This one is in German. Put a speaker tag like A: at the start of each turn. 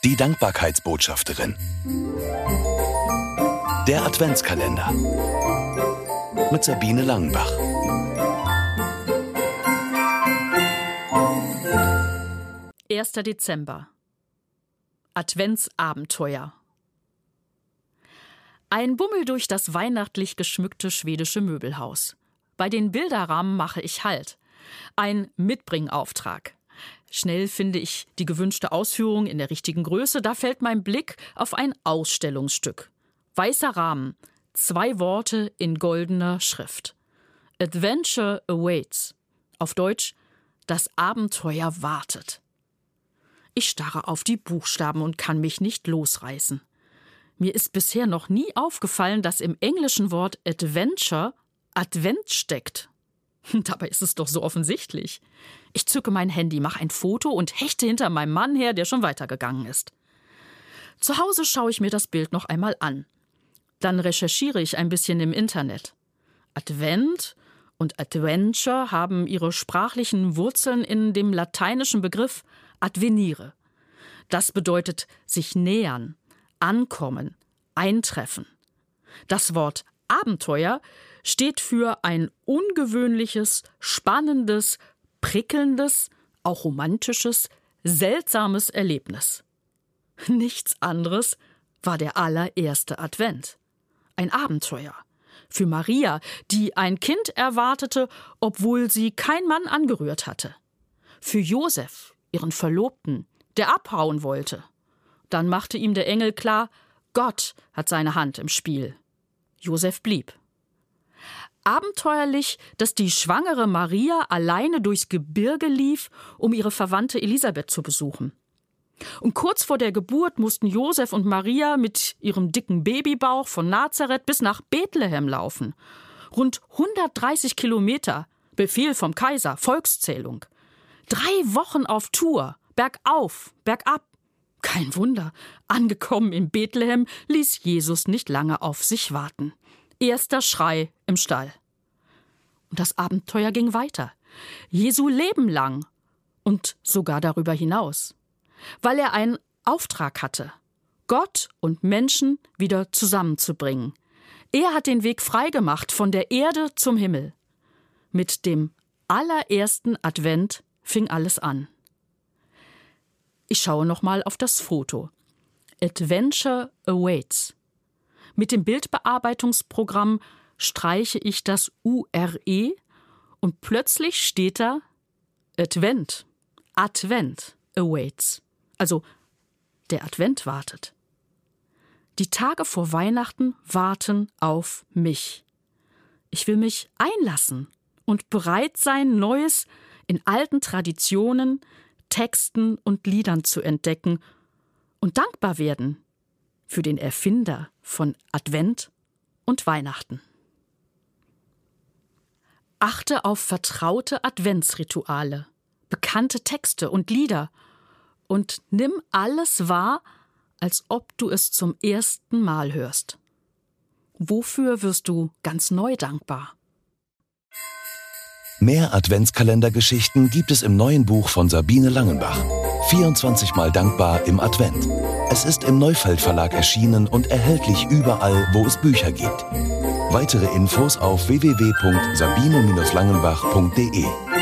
A: Die Dankbarkeitsbotschafterin. Der Adventskalender. Mit Sabine Langenbach.
B: Dezember. Adventsabenteuer. Ein Bummel durch das weihnachtlich geschmückte schwedische Möbelhaus. Bei den Bilderrahmen mache ich Halt. Ein Mitbringauftrag. Schnell finde ich die gewünschte Ausführung in der richtigen Größe. Da fällt mein Blick auf ein Ausstellungsstück. Weißer Rahmen, 2 Worte in goldener Schrift. Adventure awaits. Auf Deutsch, das Abenteuer wartet. Ich starre auf die Buchstaben und kann mich nicht losreißen. Mir ist bisher noch nie aufgefallen, dass im englischen Wort Adventure Advent steckt. Dabei ist es doch so offensichtlich. Ich zücke mein Handy, mache ein Foto und hechte hinter meinem Mann her, der schon weitergegangen ist. Zu Hause schaue ich mir das Bild noch einmal an. Dann recherchiere ich ein bisschen im Internet. Advent und Adventure haben ihre sprachlichen Wurzeln in dem lateinischen Begriff advenire. Das bedeutet sich nähern, ankommen, eintreffen. Das Wort Abenteuer steht für ein ungewöhnliches, spannendes, prickelndes, auch romantisches, seltsames Erlebnis. Nichts anderes war der allererste Advent. Ein Abenteuer. Für Maria, die ein Kind erwartete, obwohl sie kein Mann angerührt hatte. Für Josef, ihren Verlobten, der abhauen wollte. Dann machte ihm der Engel klar, Gott hat seine Hand im Spiel. Josef blieb. Abenteuerlich, dass die schwangere Maria alleine durchs Gebirge lief, um ihre Verwandte Elisabeth zu besuchen. Und kurz vor der Geburt mussten Josef und Maria mit ihrem dicken Babybauch von Nazareth bis nach Bethlehem laufen. Rund 130 Kilometer, Befehl vom Kaiser, Volkszählung. 3 Wochen auf Tour, bergauf, bergab. Kein Wunder, angekommen in Bethlehem ließ Jesus nicht lange auf sich warten. Erster Schrei im Stall. Und das Abenteuer ging weiter. Jesu Leben lang und sogar darüber hinaus. Weil er einen Auftrag hatte, Gott und Menschen wieder zusammenzubringen. Er hat den Weg freigemacht von der Erde zum Himmel. Mit dem allerersten Advent fing alles an. Ich schaue nochmal auf das Foto. Adventure awaits. Mit dem Bildbearbeitungsprogramm streiche ich das URE und plötzlich steht da Advent awaits. Also der Advent wartet. Die Tage vor Weihnachten warten auf mich. Ich will mich einlassen und bereit sein, Neues in alten Traditionen, Texten und Liedern zu entdecken und dankbar werden für den Erfinder von Advent und Weihnachten. Achte auf vertraute Adventsrituale, bekannte Texte und Lieder und nimm alles wahr, als ob du es zum ersten Mal hörst. Wofür wirst du ganz neu dankbar?
A: Mehr Adventskalendergeschichten gibt es im neuen Buch von Sabine Langenbach. 24 Mal dankbar im Advent. Es ist im Neufeld Verlag erschienen und erhältlich überall, wo es Bücher gibt. Weitere Infos auf www.sabine-langenbach.de